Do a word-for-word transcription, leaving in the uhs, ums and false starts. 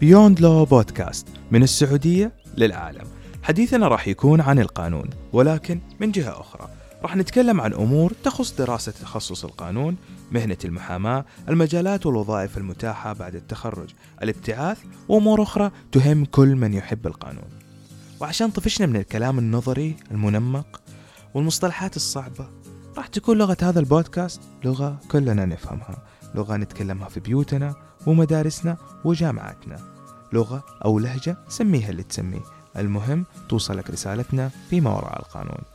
Beyond Law بودكاست من السعودية للعالم. حديثنا راح يكون عن القانون، ولكن من جهة أخرى راح نتكلم عن أمور تخص دراسة تخصص القانون، مهنة المحاماة، المجالات والوظائف المتاحة بعد التخرج، الابتعاث، وأمور أخرى تهم كل من يحب القانون. وعشان طفشنا من الكلام النظري المنمق والمصطلحات الصعبة، راح تكون لغة هذا البودكاست لغة كلنا نفهمها، لغة نتكلمها في بيوتنا ومدارسنا وجامعاتنا، لغة أو لهجة سميها اللي تسميه، المهم توصلك رسالتنا فيما وراء القانون.